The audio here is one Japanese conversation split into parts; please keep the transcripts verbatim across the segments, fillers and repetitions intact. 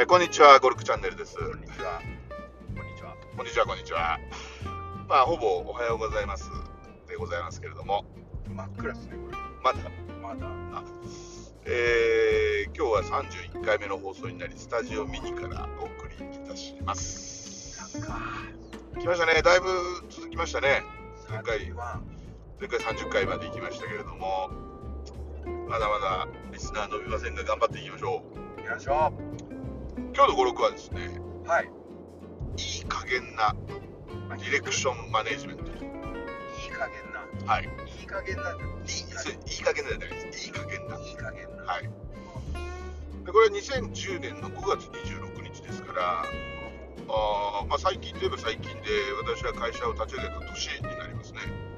えー、こんにちは、ゴルクチャンネルです。 こんにちは。こんにちは。 こんにちは、こんにちは。まあ、ほぼおはようございますでございますけれども。 真っ暗ですね、これ。 まだまだ。 あ、えー、今日はさんじゅういっかいめの放送になり、スタジオミニからお送りいたします。 なんか、 来ましたね、だいぶ続きましたね。前回、 は前回さんじゅっかいまで行きましたけれども、まだまだリスナー伸びませんが、頑張っていきましょう。 よいしょ。 今日の語録はですね、 はい。 いい加減なディレクションマネジメント。 いい加減な。 はい。 いい加減なんだ。いいい、それいい加減なんじゃないです。いい加減な。 いい加減な。 はい。でこれはにせんじゅうねんのごがつにじゅうろくにちですから、あまあ、最近といえば最近で、私は会社を立ち上げた年になりますね。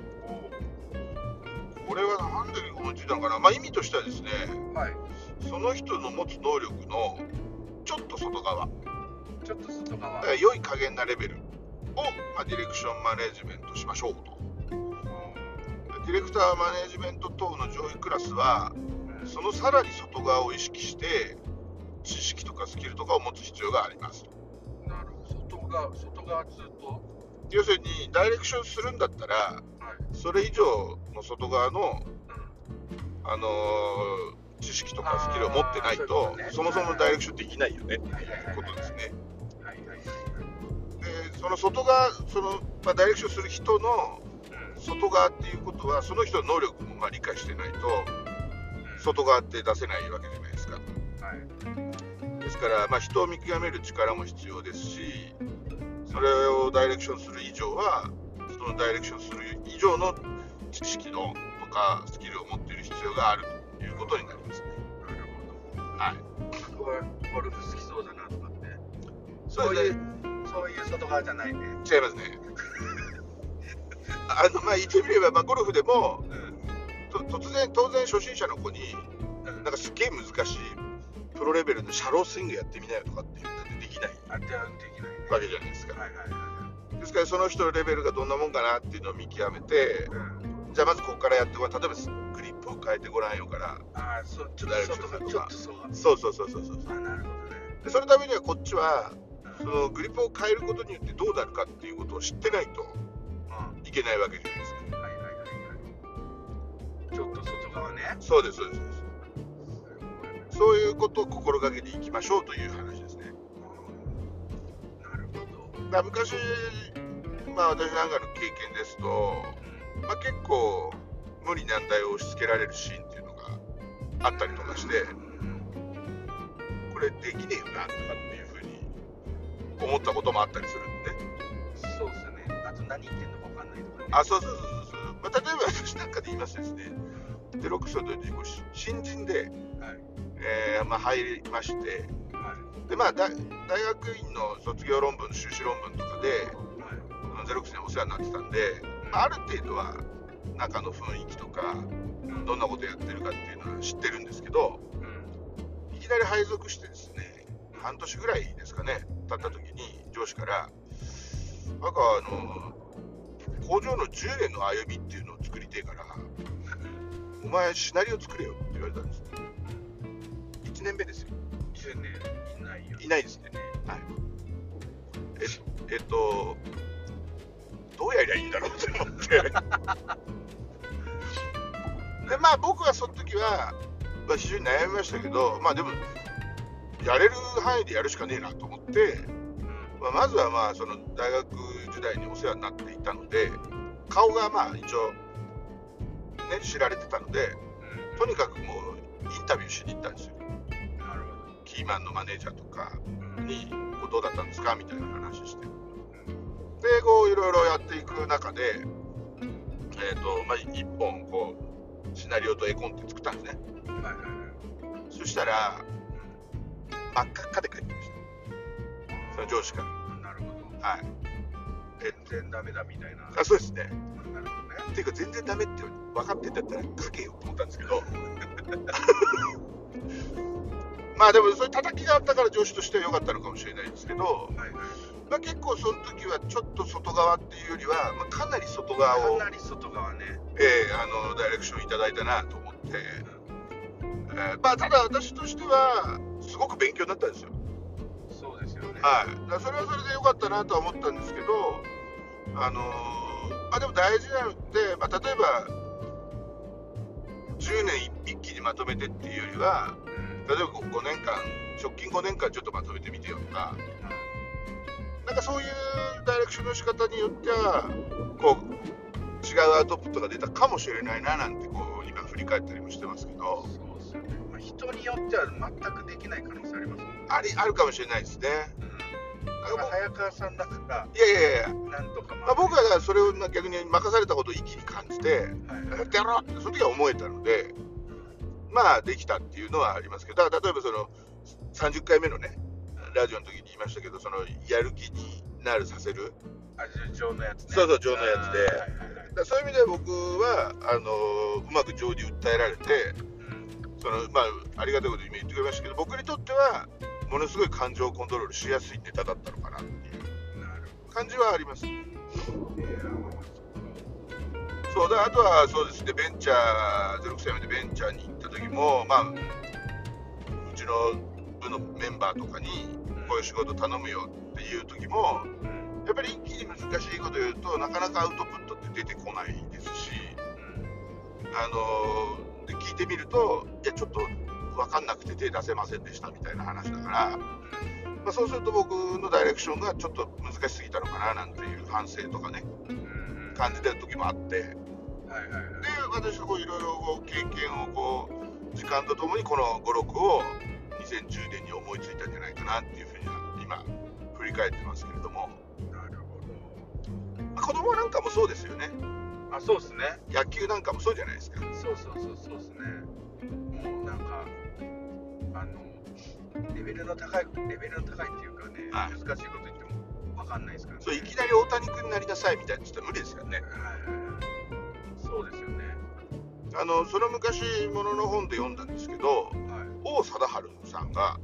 これはなんで思いついたのかな、まあ、意味としてはですね、 はい。 その人の持つ能力のちょっと外側、 ちょっと外側。 だから良い加減なレベルを、まあ、ディレクションマネジメントしましょうと。ディレクターマネジメント等の上位クラスは、そのさらに外側を意識して知識とかスキルとかを持つ必要があります。 なるほど。外側、外側ずっと。 要するにダイレクションするんだったら、 はい。 それ以上の外側の、 うん。 あのー知識とかスキルを持ってないと、 あーそういうことね。 そもそもダイレクションできないよねってはいはいはいはいいうことですね。 はいはいはい。 でその外側、その、まあ、ダイレクションする人の外側っていうことは、その人の能力もまあ理解してないと外側って出せないわけじゃないですか。 はい。 ですから、まあ、人を見極める力も必要ですし、それをダイレクションする以上は、そのダイレクションする以上の知識のとかスキルを持っている必要があるということになりますね。 なるほど。 はい。 これゴルフ好きそうだなとかって。 そそういうれでそういう外側じゃないね。 違いますね。あのまあ言ってみれば、まあ、ゴルフでもと突然当然初心者の子になんかすげえ難しいプロレベルのシャロースイングやってみなよとかって言ったってできないあ、できないね。 わけじゃないですか。 はいはいはですからその人のレベルがどんなもんかなっていうのを見極めて、 い。うん。 じゃあまずここからやってごらん、例えばグリップを変えてごらんよからああ、そう、ちょっと外側、ちょっとそう。 そうそうそうそうそうあ、なるほどね。 でそのためにはこっちはそのグリップを変えることによってどうなるかっていうことを知ってないとうん。 いけないわけじゃないですか。 はいはいはいはい。ちょっと外側ね。 そうですそうですそうです。そういうことを心がけていきましょうという話ですね。 なるほど。 まあ、昔、まあ、私なんかの経験ですと、まあ、結構無理難題を押し付けられるシーンっていうのがあったりとかして、これできねえよなとかっていうふうに思ったこともあったりするんで、 そうですね。あと何言ってんのか分かんないとかね。 あ、そうそうそうそう、まあ、例えば私なんかで言いますとですね、でロックスの時に新人で、 はい。 えーまあ、入りまして、 はでまあ、大大学院の卒業論文、修士論文とかで、 い。はい。 ゼロックスにお世話になってたんで、まあ、ある程度は中の雰囲気とか、どんなことやってるかっていうのは知ってるんですけど、 うん。 いきなり配属してですね、半年ぐらいですかね、経った時に上司から、なんかあの、工場のじゅうねんの歩みっていうのを作りてえから、お前シナリオ作れよって言われたんですね。いちねんめですよ。 じゅうねんいないよ。 いないですね。はい。え、えっと、どうやりゃいいんだろうと思って。で、まあ僕はその時は、まあ、非常に悩みましたけど、まあでも、やれる範囲でやるしかねえなと思って、まあ、まずはまあその大学時代にお世話になっていたので、顔がまあ一応、ね、知られてたので、とにかくもうインタビューしに行ったんですよ。 なるほど。 キーマンのマネージャーとかに、こうどうだったんですかみたいな話して。で、こういろいろやっていく中で、えっと、まあ一本こう、シナリオと絵コンテ作ったんですね。 はいはいはい。 そしたら、真っ赤っかで帰ってきました。その上司から。 なるほど。 はい。え全然ダメだみたいな。 あ、そうですね。 なるほどね。 っていうか、全然ダメって分かってんだったら書けよと思ったんですけど。まあでも、そういう叩きがあったから上司としては良かったのかもしれないですけど、 はいはい。 まあ、結構その時はちょっと外側っていうよりは、まあ、かなり外側を、 かなり外側ね。 えーあのダイレクションいただいたなと思って、えーまあ、ただ私としてはすごく勉強になったんですよ。 よね。 はい、だからそれはそれで良かったなとは思ったんですけど、あのーまあ、でも大事なので、まあ、例えばじゅうねん一気にまとめてっていうよりは、例えばごねんかん、直近ごねんかんちょっとまとめてみてよとか、なんかそういうダイレクションの仕方によってはこう違うアウトプットが出たかもしれないななんてこう今振り返ったりもしてますけど、 そうですよね。まあ、人によっては全くできない可能性ありますもんね。 ありあるかもしれないですね。 だから早川さんだからいやいやいや、 なんとか、 まあ、僕はそれを逆に任されたことを一気に感じて、 はいはいやってやろうってその時は思えたので、まあできたっていうのはありますけど、だから例えばそのさんじゅっかいめのねラジオの時に言いましたけど、そのやる気になるさせる、 あ、情のやつね。 そうそう情のやつで、 はいはいはい、 だからそういう意味では僕はあのうまく情に訴えられて、そのまあありがたいこと今言ってくれましたけど、僕にとってはものすごい感情をコントロールしやすいネタだったのかなっていう感じはあります。そうだ、あとはそうですね、ベンチャーゼロろくさいまでベンチャーに行った時も、まあうちの部のメンバーとかにこういう仕事頼むよっていう時も、やっぱり一気に難しいこと言うとなかなかアウトプットって出てこないですし、あので聞いてみると、いやちょっと分かんなくて手出せませんでしたみたいな話だから、まあ、そうすると僕のダイレクションがちょっと難しすぎたのかななんていう反省とかね、感じてる時もあって、で私はこういろいろこう経験をこう時間とともにこのご、ろくをにせんじゅうねんに思いついたんじゃないかなっていうふうには今振り返ってますけれども。 なるほど。 まあ、子供なんかもそうですよね。 あ、そうですね。 野球なんかもそうじゃないですか。 そうそうそうそうですね。もうなんかあのレベルの高いレベルの高いっていうかね、 はい、 難しいこと言っても分かんないですからね。 そういきなり大谷君になりなさいみたいな人は無理ですよね。 はいはいはい、そうですよね。 あのその昔ものの本で読んだんですけど、 はい、 王貞治さんが、はい、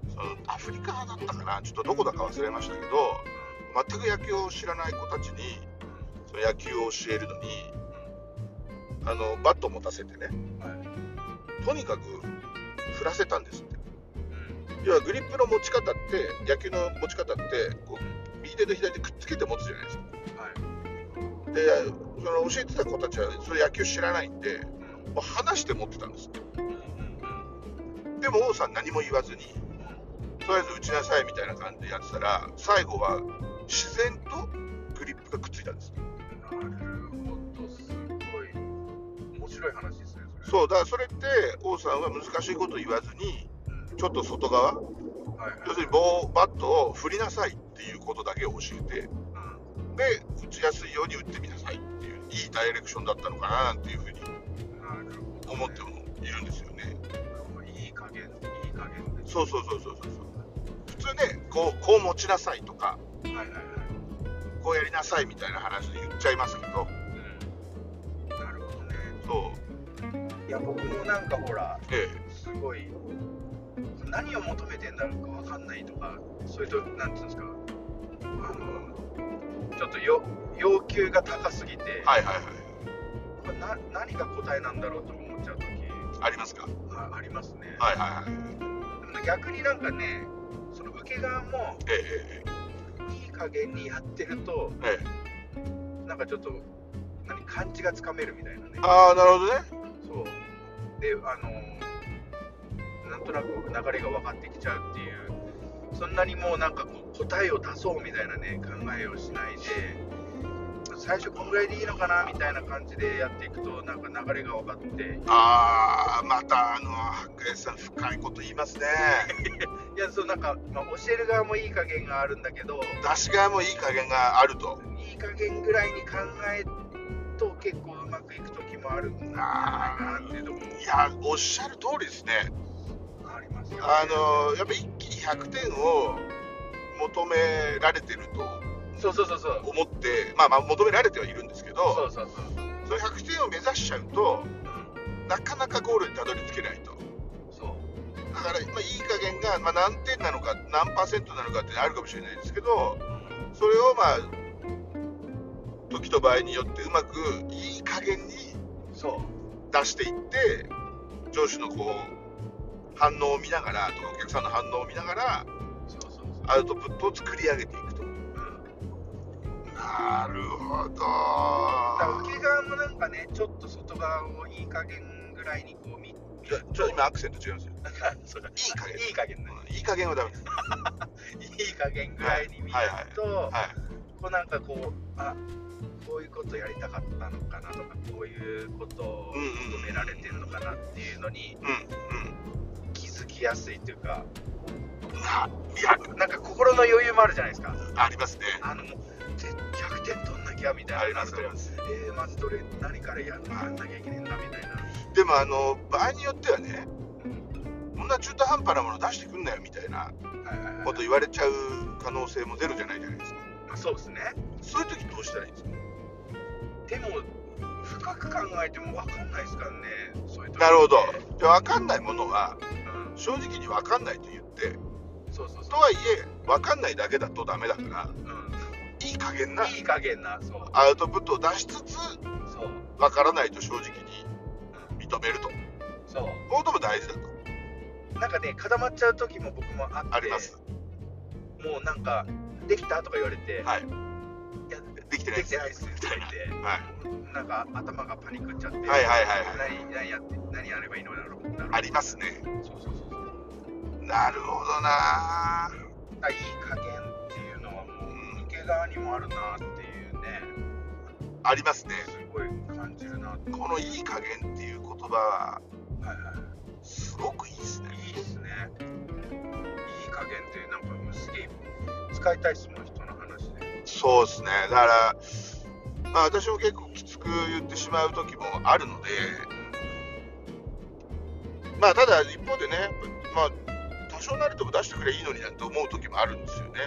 そのアフリカだったかな、ちょっとどこだか忘れましたけど、全く野球を知らない子たちにその野球を教えるのに、あのバットを持たせてね、はい、とにかく振らせたんですって。要はグリップの持ち方って、野球の持ち方ってこう右手と左手くっつけて持つじゃないですか。はい、でその教えてた子たちはそれ野球知らないんで、もう離して持ってたんですって。でも王さん何も言わずに、とりあえず打ちなさいみたいな感じでやってたら、最後は自然とグリップがくっついたんです。 なるほど、すごい面白い話ですね。それそうだからそれって王さんは難しいこと言わずに、ちょっと外側、はいはい、要するにボーバットを振りなさいっていうことだけを教えて、で打ちやすいように打ってみなさいっていういいダイレクションだったのかななんていうふうに思ってもいるんですよね。 いい加減、いい加減で。 そうそうそうそうそう。普通ね、こうこう持ちなさいとか、はいはいはい、こうやりなさいみたいな話で言っちゃいますけど、 うん、なるほどね。 そう。 いや僕もなんかほら、ええ、すごい何を求めてんだろうかわかんないとか、それとなんていうんですか、あのちょっとよ要求が高すぎて、はいはいはい、これな何が答えなんだろうと思っちゃう時ありますか？ あ、ありますね。 はいはいはい。 逆になんかね、その受け側も、ええ、いい加減にやってると、ええ、なんかちょっと何感じがつかめるみたいなね。 ああ、なるほどね。 そうで、あのなんとなく流れが分かってきちゃうっていう、そんなにもうなんかこう答えを出そうみたいなね考えをしないで、最初こんぐらいでいいのかなみたいな感じでやっていくと、なんか流れが分かって、 ああ、またあの白江さん深いこと言いますね。 いや、そうなんか、まあ、教える側もいい加減があるんだけど、 出し側もいい加減があると。 いい加減ぐらいに考えると結構うまくいく時もあるんじゃないかなっていうところ。 いや、おっしゃる通りですね。 ありますよね。 あのやっぱ一気にひゃくてんを求められてるとそうそうそうそう思って、まあまあ求められてはいるんですけど、 そうそうそう、 そのひゃくてんを目指しちゃうと、うん、なかなかゴールにたどり着けないと。そうだから、まあ、いい加減が、まあ、何点なのか何パーセントなのかってあるかもしれないですけど、それをまあ時と場合によってうまくいい加減に出していって、上司のこう反応を見ながらとかお客さんの反応を見ながら、そうそうそうアウトプットを作り上げていくと。うん、なるほど。 だ受け側もなんかね、ちょっと外側をいい加減ぐらいにこう見ちょちょ今アクセント違うんですよ。 そうだ、いい加減いい加減ね、 うん、いい加減はダメです。 いい加減ぐらいに見ると、はいはいはいはい、こうなんかこう、あ、こういうことやりたかったのかなとか、こういうことを求められてるのかなっていうのに気づきやすいというか、 いや、 なんか心の余裕もあるじゃないですか。 ありますね。 あのひゃくてん取んなきゃみたいなのと、えー、まずどれ何からやんなきゃいけないんだみたいな。 でもあの場合によってはね、こんな中途半端なもの出してくんなよみたいなこと言われちゃう可能性もゼロじゃないじゃないですか。 まあ、そうですね。 そういう時どうしたらいいんですか。 でも深く考えても分かんないですからね。そういう時。 なるほど。じゃあ分かんないものは、うん、正直に分かんないと言って、 そうそうそう、 とはいえ分かんないだけだとダメだから、うん、いい加減ないい加減なそうアウトプットを出しつつ、そう分からないと正直に認めると、 そうこういうことも大事だと。 なんかね、固まっちゃう時も僕もあって、 あります。 もうなんかできたとか言われて、 はい、いやできてないですって言って、はい、なんか頭がパニックっちゃって、 はいはいはいはい、 何何やって何やればいいのだろうありますね。 そうそうそうそう、 なるほどな。 あ、いい加減っていうのはもう受け側にもあるなっていうね、 ありますね。 すごい感じるな。 このいい加減っていう言葉は、 はいはい、 すごくいいですね。 いいですね。いい加減ってなんかすげえ使いたいっすもん、人の話で。 そうですね。だから、まあ、私も結構きつく言ってしまう時もあるので、まあただ一方でね、まあ多少なりとも出してくれいいのになんて思う時もあるんですよね。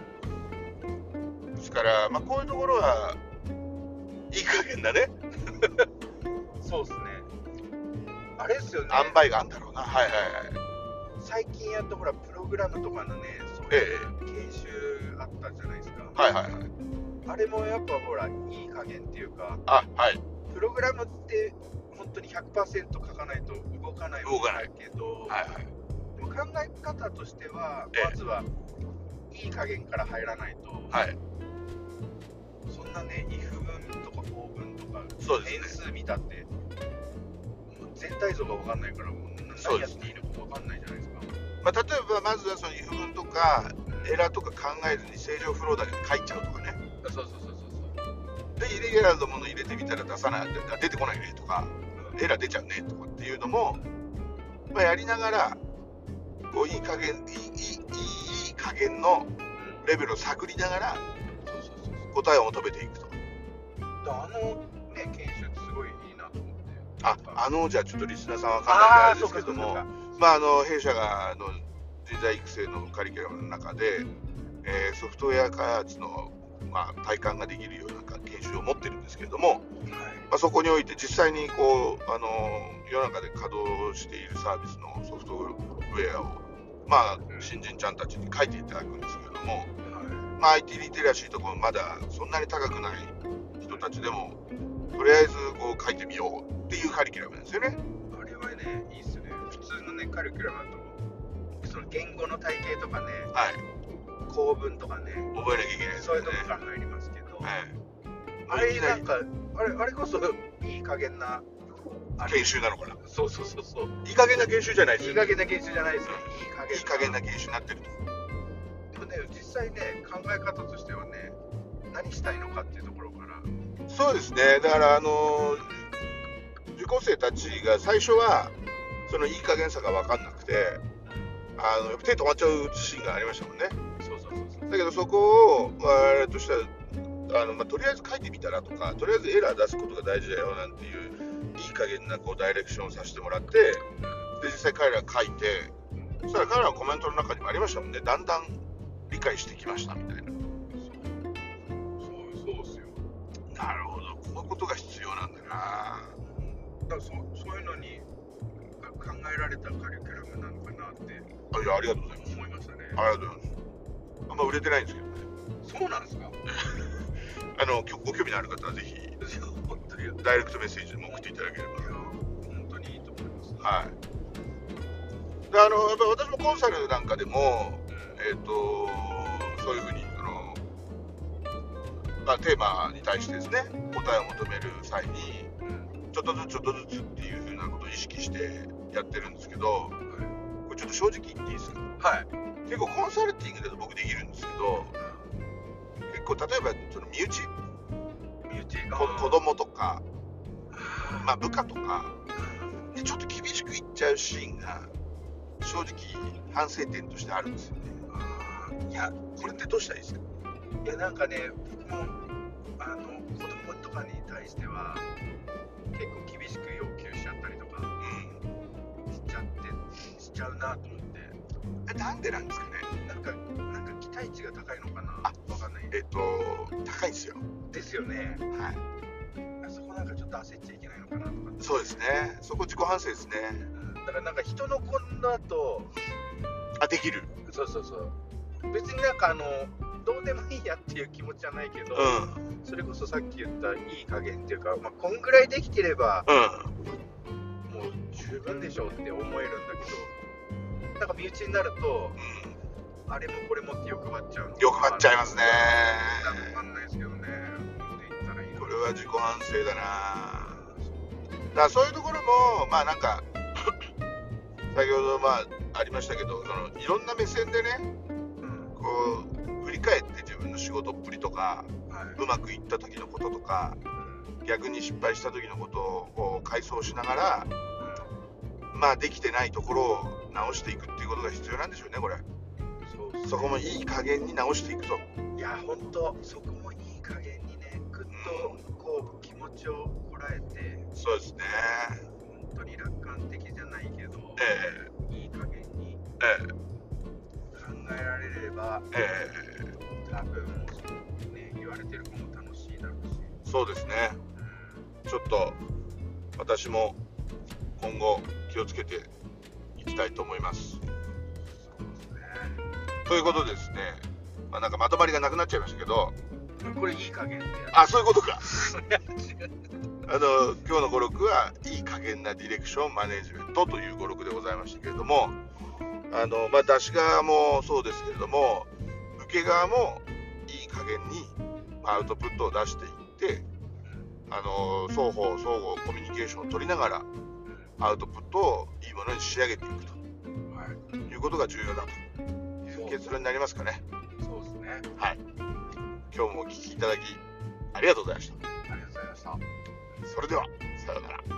ですから、まあ、こういうところはいい加減だね。 そうですね。あれですよね。 塩梅があるんだろうな。はいはいはい。 最近やっとほらプログラムとかのね、そういう研修あったじゃないですか。 はいはいはい。 あれもやっぱほらいい加減っていうか、 あ、はい。 プログラムって本当に ひゃくパーセント 書かないと動かないものだけど、はいはい、でも考え方としては、まずはいい加減から入らないと、はい、そんなね、if 文とか法文とか変数見たって、全体像が分かんないから、もう何やっていいのか分かんないじゃないですか。 まあ、例えばまずはその if 文とかエラーとか考えずに正常フローだけで書いちゃうとかね。 そうそうそうそうそう。 でイレギュラーのもの入れてみたら出さない出てこないねとか、エラー出ちゃうねとかっていうのも、まあ、やりながらこういい加減いいいいいい加減のレベルを探りながら答えを求めていくと。 あのね研修ってすごいいいなと思って。 あ、あのじゃあちょっとリスナーさんわかんないんであれですけども、まああの弊社があの人材育成のカリキュラムの中で、えー、ソフトウェア開発のまあ、体感ができるような研修を持ってるんですけれども、はい、まあ、そこにおいて実際にこうあの世の中で稼働しているサービスのソフトウェアを、まあ、新人ちゃんたちに書いていただくんですけれども、はい、まあ、アイティー リテラシーとかもまだそんなに高くない人たちでもとりあえずこう書いてみようっていうカリキュラムなんですよね。 あれはね、いいっすね。普通のねカリキュラムだとその言語の体系とかね、はい、構文とかね、 覚えなきゃいけないですね。 そういうとこから入りますけど、はい、あれなんかあれあれこそいい加減な研修なのかな。 そうそうそうそう。 いい加減な研修じゃないですよ、ね。 いい加減な研修じゃないですよ。 いい加減な研修になってると。 でもね、実際ね考え方としてはね、何したいのかっていうところから。 そうですね。だからあの受講生たちが最初はそのいい加減さが分かんなくて、あの手止まっちゃうシーンがありましたもんね。 そうそうそうそう。 だけどそこを我々としてはあの、まあ、とりあえず書いてみたらとか、とりあえずエラー出すことが大事だよなんていういい加減なこうダイレクションをさせてもらって、で実際彼らが書いて、そしたら彼らのコメントの中にもありましたもんね。だんだん理解してきましたみたいな。そうそうですよ。 なるほど、こういうことが必要なんだな。 だからそそういうのに考えられたカリキュラムなのかなって。 あ、いや、ありがとうございます。 思いましたね。 ありがとうございます。あんま売れてないんですけどね。 そうなんですか。 あのご興味のある方はぜひ本当にダイレクトメッセージでも送っていただければ。 本当にいいと思います。 はい。であのやっぱり私もコンサルなんかでも、 えー、とそういうふうにその、まあ、テーマに対してですね答えを求める際にちょっとずつちょっとずつっていうふうなことを意識してやってるんですけど、これちょっと正直言っていいですか？ はい。 結構コンサルティングだと僕できるんですけど、結構例えばその身内身内こ子供とか、まあ、部下とかでちょっと厳しく言っちゃうシーンが正直反省点としてあるんですよね。いやこれってどうしたらいいですか？ いやなんかね、僕もあの子供とかに対しては結構厳しく要求しちゃったりとかしちゃってしちゃうなと思って。 えなんでなんですかね？ なんかなんか期待値が高いのかな。 あ、 わかんない。 えっと高いんですよ。 ですよね。 はい。 そこなんかちょっと焦っちゃいけないのかなとか。 そうですね。そこ自己反省ですね。 だからなんか人の子だとあできる。 そうそうそう。別になんかあのどうでもいいやっていう気持ちはないけど、 うん、 それこそさっき言ったいい加減っていうか、まあ、こんぐらいできてれば、 うん、 もう十分でしょうって思えるんだけど、なんか身内になると、うん、あれもこれもって欲張っちゃう。 欲張っちゃいますね。 わかんないですけどね。って言ったらいいのかな。 これは自己反省だな。だからそういうところもまあなんか先ほどまあありましたけど、そのいろんな目線でね、こう振り返って自分の仕事っぷりとか、はい、うまくいった時のこととか、うん、逆に失敗した時のことをこう回想しながら、うん、まあできてないところを直していくっていうことが必要なんでしょうね、これ。そうですね。そこもいい加減に直していくと。 いや本当そこもいい加減にね、ぐっとこう気持ちをこらえて、 そうですね。 本当に楽観的じゃないけど、 えー、いい加減に。 えー考えられれば、えー、多分、ね、言われてる子も楽しいだろうし。 そうですね、うん、ちょっと私も今後気をつけていきたいと思います。そうですね。ということでですね、まあ、なんかまとまりがなくなっちゃいましたけど、 これいい加減ってあ、そういうことかあの今日の語録はいい加減なディレクションマネジメントという語録でございましたけれども、あのまあ、出し側もそうですけれども受け側もいい加減にアウトプットを出していってあの双方相互コミュニケーションを取りながらアウトプットをいいものに仕上げていくと、はい、いうことが重要だという結論になりますかね。 そうですね。 はい。今日もお聞きいただきありがとうございました。 ありがとうございました。 それではさようなら。